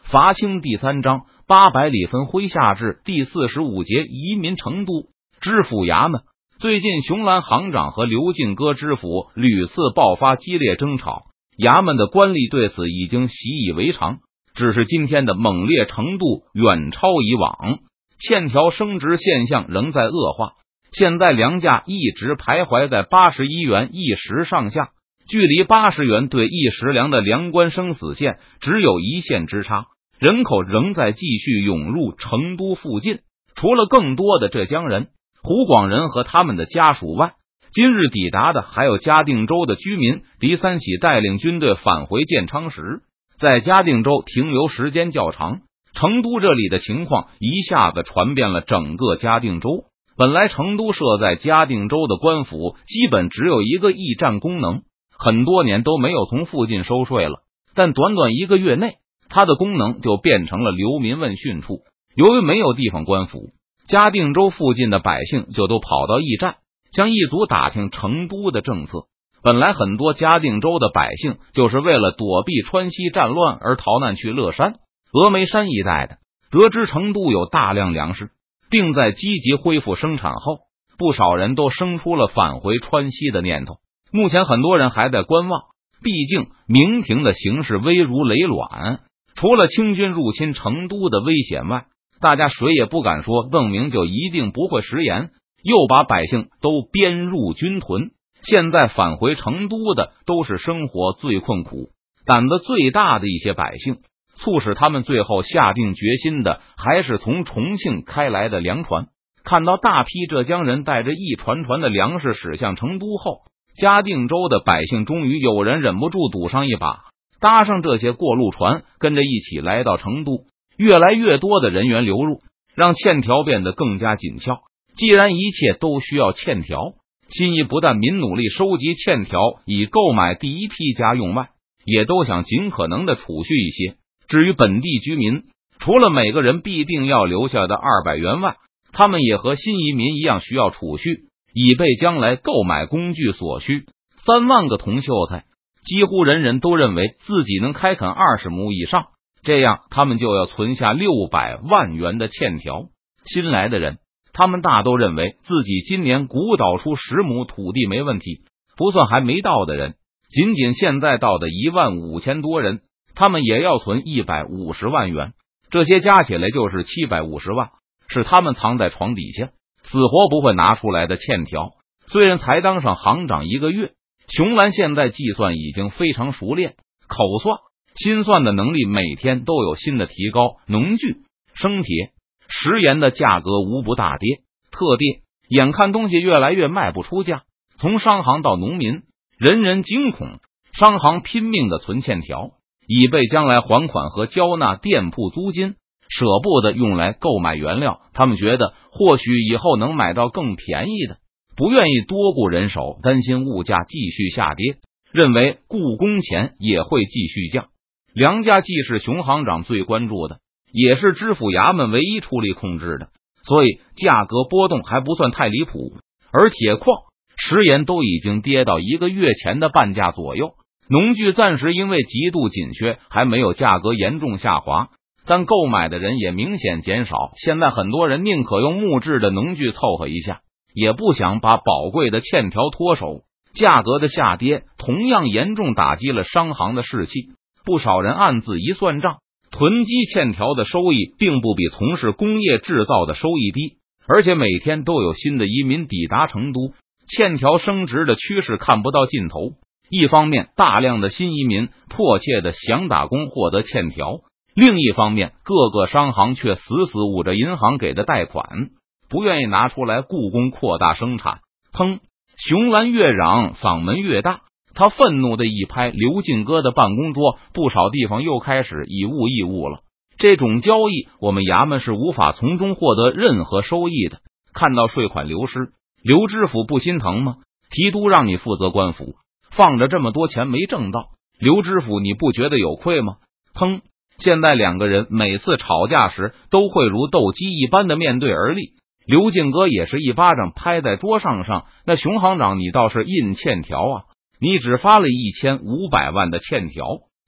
伐清第3章800里分麾下至第45节移民成都。知府衙门最近，熊兰行长和刘进哥知府屡次爆发激烈争吵，衙门的官吏对此已经习以为常。只是今天的猛烈程度远超以往，欠条升值现象仍在恶化。现在粮价一直徘徊在81元一石上下，距离80元兑一石粮的粮官生死线只有1线之差，人口仍在继续涌入成都附近。除了更多的浙江人、湖广人和他们的家属外，今日抵达的还有嘉定州的居民。狄三喜带领军队返回建昌时，在嘉定州停留时间较长，成都这里的情况一下子传遍了整个嘉定州。本来成都设在嘉定州的官府基本只有一个驿站功能，很多年都没有从附近收税了，但短短1个月内，它的功能就变成了流民问讯处。由于没有地方官府，嘉定州附近的百姓就都跑到驿站，向驿卒打听成都的政策。本来很多嘉定州的百姓就是为了躲避川西战乱而逃难去乐山、峨眉山一带的，得知成都有大量粮食，并在积极恢复生产后，不少人都生出了返回川西的念头。目前很多人还在观望，毕竟明廷的形势危如累卵，除了清军入侵成都的危险外，大家谁也不敢说邓明就一定不会食言，又把百姓都编入军屯。现在返回成都的都是生活最困苦、胆子最大的一些百姓，促使他们最后下定决心的还是从重庆开来的粮船。看到大批浙江人带着一船船的粮食驶向成都后，嘉定州的百姓终于有人忍不住赌上一把，搭上这些过路船，跟着一起来到成都。越来越多的人员流入，让欠条变得更加紧俏。既然一切都需要欠条，新一不但民努力收集欠条以购买第一批家用外，也都想尽可能的储蓄一些。至于本地居民，除了每个人必定要留下的200元外，他们也和新移民一样需要储蓄，以备将来购买工具所需。3万个铜秀才，几乎人人都认为自己能开垦20亩以上，这样他们就要存下600万元的欠条。新来的人，他们大都认为自己今年鼓捣出10亩土地没问题，不算还没到的人，仅仅现在到的15000多人，他们也要存150万元，这些加起来就是750万，是他们藏在床底下死活不会拿出来的欠条。虽然才当上行长1个月，熊兰现在计算已经非常熟练，口算、心算的能力每天都有新的提高。农具、生铁、食盐的价格无不大跌特跌，眼看东西越来越卖不出价，从商行到农民，人人惊恐。商行拼命的存欠条，以备将来还款和交纳店铺租金，舍不得用来购买原料。他们觉得或许以后能买到更便宜的，不愿意多雇人手，担心物价继续下跌，认为雇工钱也会继续降。粮价既是熊行长最关注的，也是知府衙门唯一出力控制的，所以价格波动还不算太离谱。而铁矿、食盐都已经跌到1个月前的半价左右，农具暂时因为极度紧缺还没有价格严重下滑，但购买的人也明显减少。现在很多人宁可用木质的农具凑合一下，也不想把宝贵的欠条脱手。价格的下跌同样严重打击了商行的士气，不少人暗自一算账，囤积欠条的收益并不比从事工业制造的收益低，而且每天都有新的移民抵达成都，欠条升值的趋势看不到尽头。一方面，大量的新移民迫切的想打工获得欠条，另一方面，各个商行却死死捂着银行给的贷款，不愿意拿出来雇工扩大生产。砰！熊兰越嚷嗓门越大，他愤怒的一拍刘进哥的办公桌，不少地方又开始以物易物了。这种交易我们衙门是无法从中获得任何收益的。看到税款流失，刘知府不心疼吗？提督让你负责官府，放着这么多钱没挣到，刘知府你不觉得有愧吗？砰！现在2个人每次吵架时都会如斗鸡一般的面对而立。刘进哥也是一巴掌拍在桌上，那熊行长你倒是印欠条啊，你只发了1500万的欠条，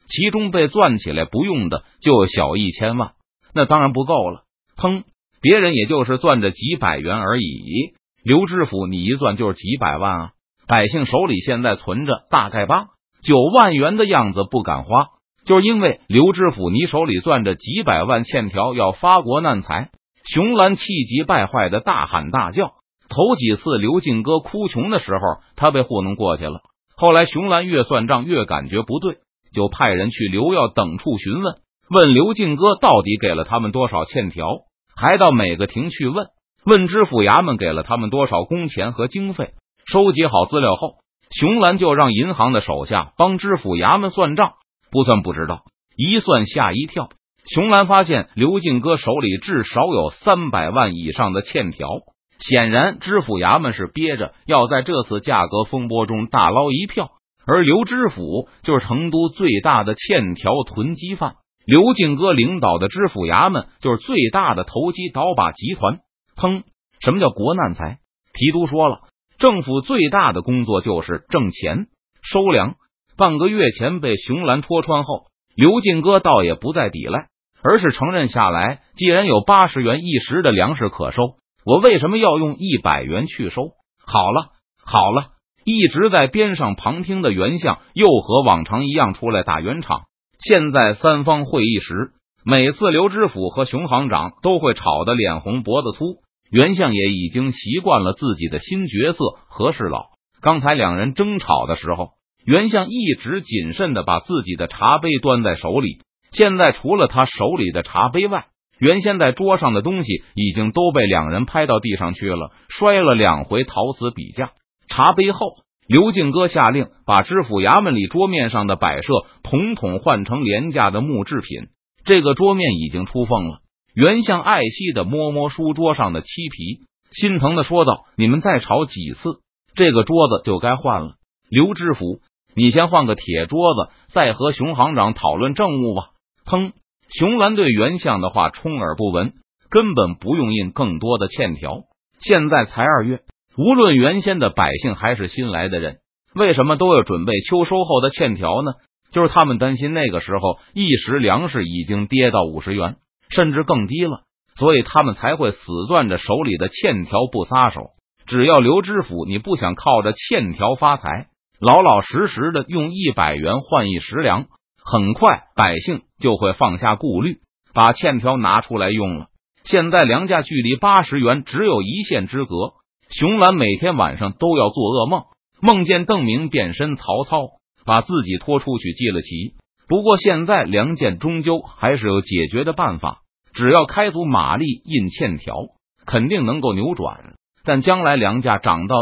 其中被攥起来不用的就有小1000万，那当然不够了。砰，别人也就是攥着几百元而已，刘知府你一攥就是几百万啊！百姓手里现在存着大概8、9万元的样子不敢花，就是因为刘知府你手里攥着几百万欠条要发国难财。熊兰气急败坏的大喊大叫。头几次刘进哥哭穷的时候，他被糊弄过去了。后来熊兰越算账越感觉不对，就派人去刘耀等处询问，问刘进哥到底给了他们多少欠条，还到每个亭去问知府衙门给了他们多少工钱和经费。收集好资料后，熊兰就让银行的手下帮知府衙门算账，不算不知道，一算吓一跳。熊兰发现刘进哥手里至少有300万以上的欠条，显然知府衙门是憋着要在这次价格风波中大捞一票，而刘知府就是成都最大的欠条囤积犯，刘进哥领导的知府衙门就是最大的投机倒把集团。砰，什么叫国难财？提督说了，政府最大的工作就是挣钱收粮。半个月前被熊兰戳穿后，刘进哥倒也不再抵赖，而是承认下来，既然有80元一石的粮食可收，我为什么要用100元去收？好了好了，一直在边上旁听的袁相又和往常一样出来打圆场。现在三方会议时，每次刘知府和熊行长都会吵得脸红脖子粗，袁相也已经习惯了自己的新角色和事佬。刚才两人争吵的时候，袁相一直谨慎地把自己的茶杯端在手里，现在除了他手里的茶杯外，原先在桌上的东西已经都被两人拍到地上去了，摔了2回陶瓷笔架。茶杯后，刘进哥下令把知府衙门里桌面上的摆设统统换成廉价的木制品。这个桌面已经出风了，袁相爱惜的摸摸书桌上的漆皮，心疼的说道：“你们再吵几次，这个桌子就该换了。刘知府，你先换个铁桌子，再和熊行长讨论政务吧。”砰！熊兰对袁相的话充耳不闻，根本不用印更多的欠条。现在才2月，无论原先的百姓还是新来的人，为什么都要准备秋收后的欠条呢？就是他们担心那个时候一石粮食已经跌到50元，甚至更低了，所以他们才会死攥着手里的欠条不撒手。只要刘知府你不想靠着欠条发财，老老实实的用100元换1石粮，很快百姓就会放下顾虑，把欠条拿出来用了。现在粮价距离80元只有1线之隔，熊兰每天晚上都要做噩梦，梦见邓明变身曹操，把自己拖出去记了棋。不过现在梁建终究还是有解决的办法，只要开足马力印欠条，肯定能够扭转。但将来粮价涨到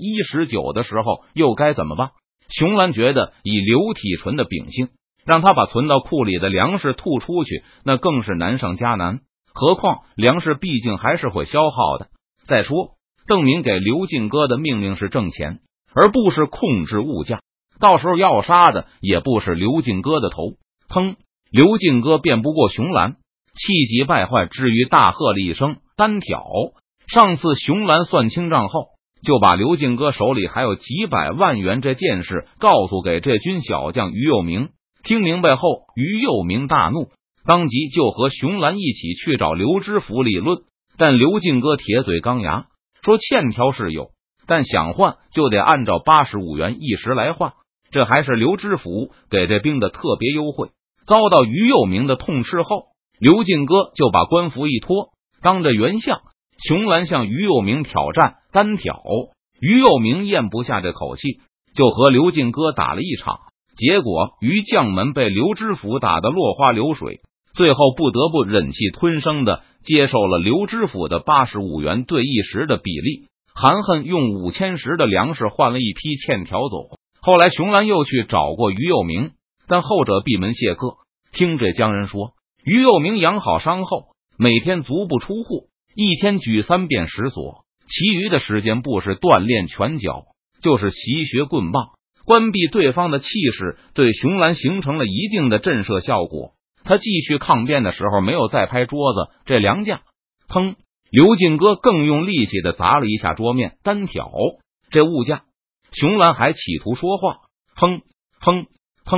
119的时候又该怎么办？熊兰觉得以刘体纯的秉性，让他把存到库里的粮食吐出去，那更是难上加难。何况粮食毕竟还是会消耗的。再说邓明给刘进哥的命令是挣钱，而不是控制物价，到时候要杀的也不是刘进哥的头。砰！刘进哥辩不过熊兰，气急败坏之余大喝了一声单挑。上次熊兰算清账后，就把刘进哥手里还有几百万元这件事告诉给这军小将于右明。听明白后，于右明大怒，当即就和熊兰一起去找刘知府理论。但刘进哥铁嘴钢牙，说欠条是有，但想换就得按照85元一石来换，这还是刘知府给这兵的特别优惠。遭到于右明的痛斥后，刘进哥就把官服一脱，当着袁相熊兰向于右明挑战单挑。于右明咽不下这口气，就和刘进哥打了一场，结果于将门被刘知府打得落花流水，最后不得不忍气吞声的接受了刘知府的85元对1石的比例，含恨用5000石的粮食换了一批欠条走。后来熊兰又去找过于右明，但后者闭门谢客。听这江人说，于右明养好伤后，每天足不出户，一天举3遍石锁，其余的时间不是锻炼拳脚，就是习学棍棒。关闭对方的气势对熊兰形成了一定的震慑效果。他继续抗辩的时候没有再拍桌子，这粮价。砰！刘进哥更用力气的砸了一下桌面，单挑这物价。熊兰还企图说话，砰砰砰，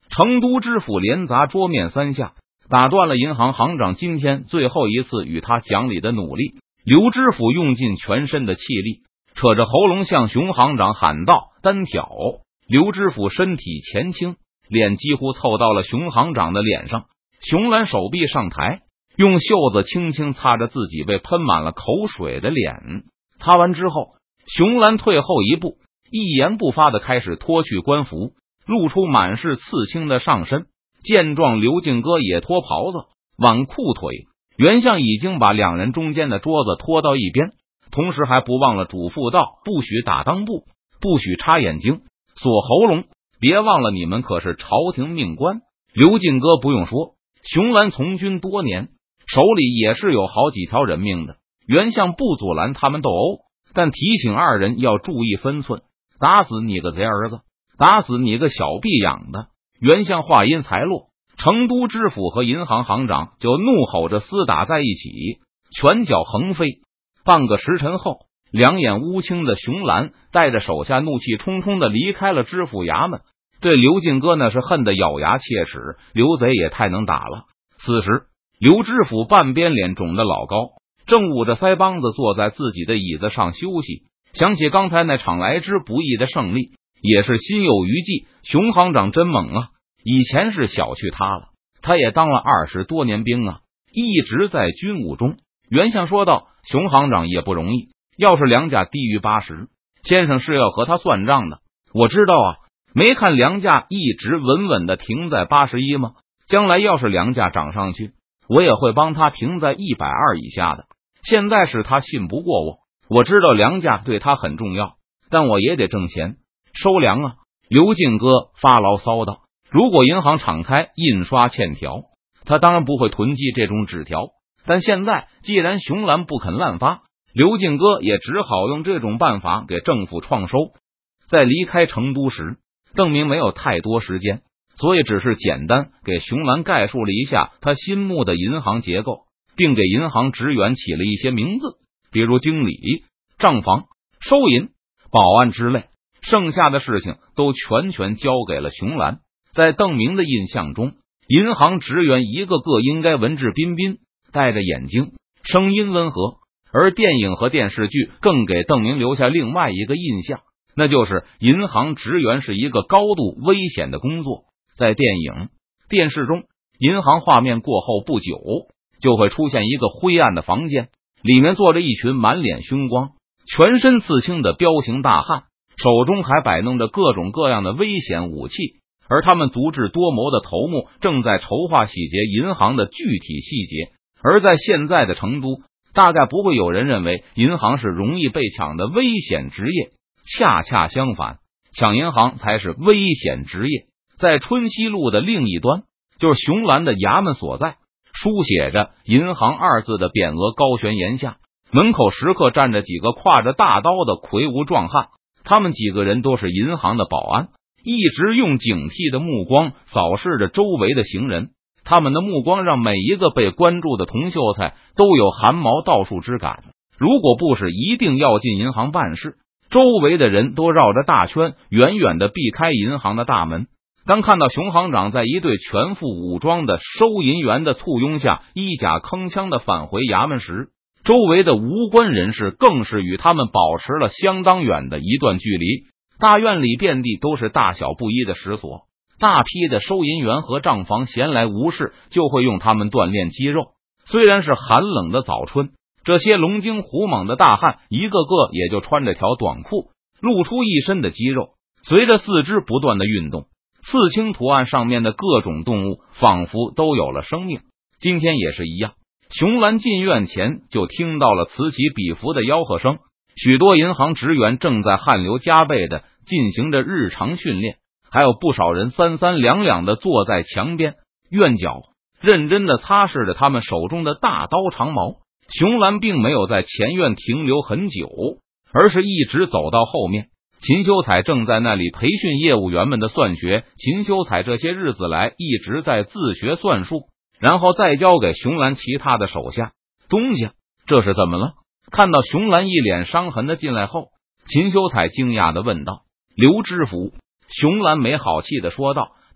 成都知府连砸桌面3下，打断了银行行长今天最后一次与他讲理的努力。刘知府用尽全身的气力，扯着喉咙向熊行长喊道：“单挑！”刘知府身体前倾，脸几乎凑到了熊行长的脸上。熊兰手臂上抬，用袖子轻轻擦着自己被喷满了口水的脸。擦完之后，熊兰退后一步，一言不发的开始脱去官服，露出满是刺青的上身。见状，刘进哥也脱袍子、挽裤腿。袁相已经把两人中间的桌子拖到一边，同时还不忘了嘱咐道：“不许打裆部，不许插眼睛，锁喉咙，别忘了你们可是朝廷命官。”刘进哥不用说，熊兰从军多年，手里也是有好几条人命的。袁相不阻拦他们斗殴，但提醒二人要注意分寸，打死你个贼儿子，打死你个小逼养的。袁相话音才落，成都知府和银行行长就怒吼着厮打在一起，拳脚横飞。半个时辰后，两眼乌青的熊兰带着手下怒气冲冲的离开了知府衙门。对刘进哥那是恨得咬牙切齿，刘贼也太能打了。此时刘知府半边脸肿得老高，正捂着腮帮子坐在自己的椅子上休息，想起刚才那场来之不易的胜利，也是心有余悸。熊行长真猛啊，以前是小觑他了，他也当了20多年兵啊，一直在军务中。袁相说道：“熊行长也不容易，要是粮价低于80，先生是要和他算账的。我知道啊，没看粮价一直稳稳的停在81吗？将来要是粮价涨上去，我也会帮他停在120以下的。现在是他信不过我，我知道粮价对他很重要，但我也得挣钱收粮啊。”刘进哥发牢骚道：“如果银行敞开印刷欠条，他当然不会囤积这种纸条，但现在既然熊兰不肯滥发，刘进哥也只好用这种办法给政府创收。”在离开成都时，邓明没有太多时间，所以只是简单给熊兰概述了一下他心目的银行结构，并给银行职员起了一些名字，比如经理、账房、收银、保安之类。剩下的事情都全交给了熊兰。在邓明的印象中，银行职员一个个应该文质彬彬，戴着眼镜，声音温和。而电影和电视剧更给邓明留下另外一个印象，那就是银行职员是一个高度危险的工作。在电影、电视中，银行画面过后不久就会出现一个灰暗的房间，里面坐着一群满脸凶光、全身刺青的彪形大汉，手中还摆弄着各种各样的危险武器，而他们足智多谋的头目正在筹划洗劫银行的具体细节。而在现在的成都，大概不会有人认为银行是容易被抢的危险职业，恰恰相反，抢银行才是危险职业。在春熙路的另一端，就是熊兰的衙门所在，书写着银行2字的匾额高悬檐下，门口时刻站着几个挎着大刀的魁梧壮汉，他们几个人都是银行的保安，一直用警惕的目光扫视着周围的行人。他们的目光让每一个被关注的铜秀才都有汗毛倒竖之感。如果不是一定要进银行办事，周围的人都绕着大圈远远的避开银行的大门。当看到熊行长在一队全副武装的收银员的簇拥下衣甲铿锵的返回衙门时，周围的无关人士更是与他们保持了相当远的一段距离。大院里遍地都是大小不一的石锁，大批的收银员和账房闲来无事就会用他们锻炼肌肉。虽然是寒冷的早春，这些龙精虎猛的大汉一个个也就穿着条短裤，露出一身的肌肉。随着四肢不断的运动，刺青图案上面的各种动物仿佛都有了生命。今天也是一样，熊兰进院前就听到了此起彼伏的吆喝声，许多银行职员正在汗流浃背的进行着日常训练，还有不少人三三两两的坐在墙边院角，认真的擦拭着他们手中的大刀长矛。熊兰并没有在前院停留很久，而是一直走到后面。秦修彩正在那里培训业务员们的算学，秦修彩这些日子来一直在自学算术，然后再交给熊兰其他的手下。东家，这是怎么了？看到熊兰一脸伤痕的进来后，秦修彩惊讶的问道。刘知府，熊兰没好气的说道，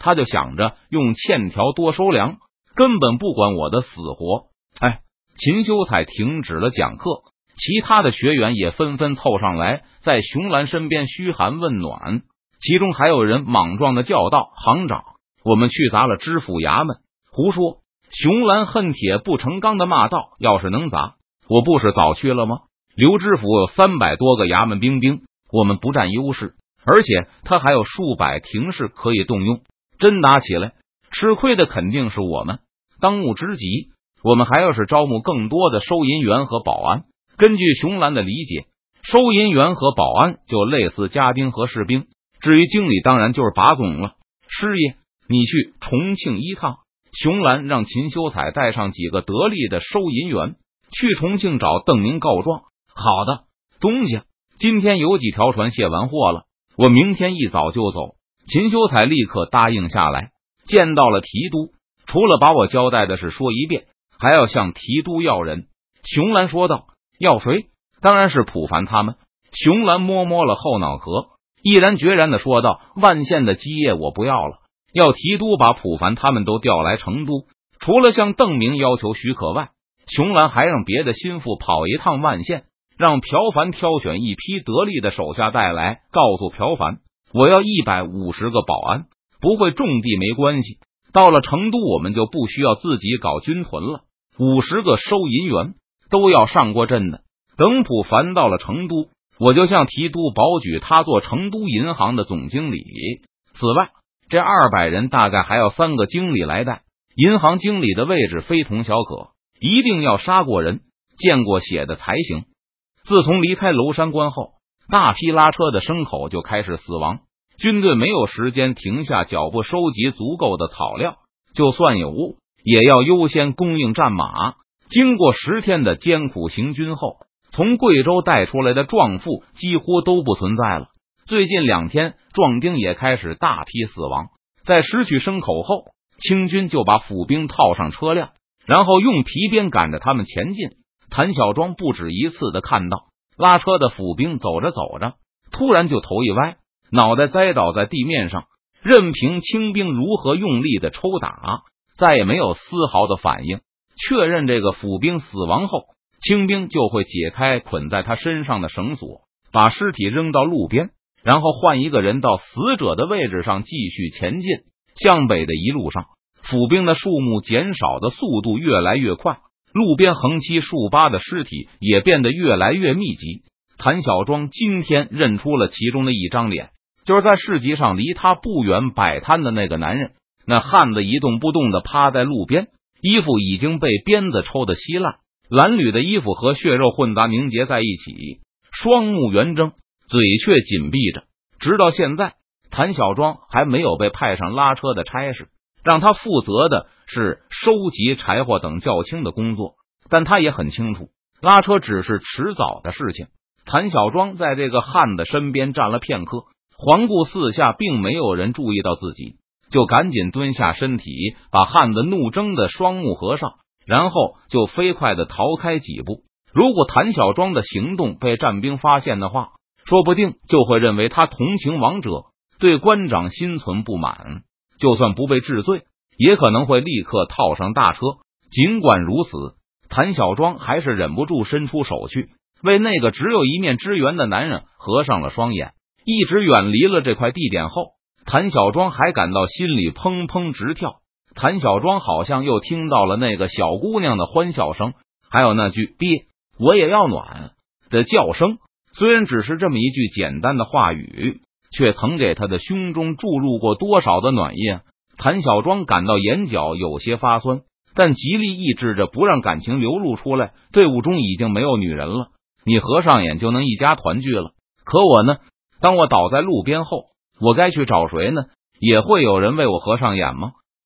他就想着用欠条多收粮，根本不管我的死活。秦修才停止了讲课，其他的学员也纷纷凑上来，在熊兰身边嘘寒问暖，其中还有人莽撞的叫道：“行长，我们去砸了知府衙门！”胡说！熊兰恨铁不成钢的骂道：“要是能砸，我不是早去了吗？刘知府有300多个衙门兵，我们不占优势，而且他还有数百庭士可以动用，真打起来，吃亏的肯定是我们。当务之急，我们还要是招募更多的收银员和保安。”根据熊兰的理解，收银员和保安就类似家丁和士兵，至于经理当然就是把总了。师爷，你去重庆一趟。熊兰让秦修才带上几个得力的收银员去重庆找邓明告状。好的，东家，今天有几条船卸完货了，我明天一早就走。秦修才立刻答应下来。见到了提督，除了把我交代的事说一遍，还要向提督要人。熊兰说道：“要谁？当然是普凡他们。”熊兰摸摸了后脑壳，毅然决然的说道：“万县的基业我不要了，要提督把普凡他们都调来成都。除了向邓明要求许可外，熊兰还让别的心腹跑一趟万县，让朴凡挑选一批得力的手下带来，告诉朴凡，我要150个保安，不会种地没关系。到了成都，我们就不需要自己搞军屯了，50个收银员都要上过阵的。等普凡到了成都，我就向提督保举他做成都银行的总经理。此外，这200人大概还要3个经理来带，银行经理的位置非同小可，一定要杀过人、见过血的才行。”自从离开娄山关后，大批拉车的牲口就开始死亡，军队没有时间停下脚步收集足够的草料，就算有，也要优先供应战马。经过10天的艰苦行军后，从贵州带出来的壮妇几乎都不存在了。最近2天，壮丁也开始大批死亡。在失去牲口后，清军就把府兵套上车辆，然后用皮鞭赶着他们前进。谭小庄不止一次的看到拉车的府兵走着走着，突然就头一歪，脑袋栽倒在地面上，任凭清兵如何用力的抽打，再也没有丝毫的反应。确认这个府兵死亡后，清兵就会解开捆在他身上的绳索，把尸体扔到路边，然后换一个人到死者的位置上继续前进。向北的一路上，府兵的数目减少的速度越来越快，路边横七竖八的尸体也变得越来越密集。谭小庄今天认出了其中的一张脸，就是在市集上离他不远摆摊的那个男人。那汉子一动不动的趴在路边，衣服已经被鞭子抽得稀烂，褴褛的衣服和血肉混杂凝结在一起，双目圆睁，嘴却紧闭着。直到现在，谭小庄还没有被派上拉车的差事，让他负责的是收集柴火等较轻的工作，但他也很清楚，拉车只是迟早的事情。谭小庄在这个汉子身边站了片刻，环顾四下，并没有人注意到自己，就赶紧蹲下身体，把汉子怒睁的双目合上，然后就飞快的逃开几步。如果谭小庄的行动被战兵发现的话，说不定就会认为他同情亡者，对官长心存不满，就算不被治罪，也可能会立刻套上大车。尽管如此，谭小庄还是忍不住伸出手去，为那个只有一面之缘的男人合上了双眼。一直远离了这块地点后，谭小庄还感到心里砰砰直跳。谭小庄好像又听到了那个小姑娘的欢笑声，还有那句爹我也要暖的叫声。虽然只是这么一句简单的话语，却曾给他的胸中注入过多少的暖意啊！谭小庄感到眼角有些发酸，但极力抑制着不让感情流露出来。队伍中已经没有女人了，你合上眼就能一家团聚了。可我呢？当我倒在路边后，我该去找谁呢？也会有人为我合上眼吗？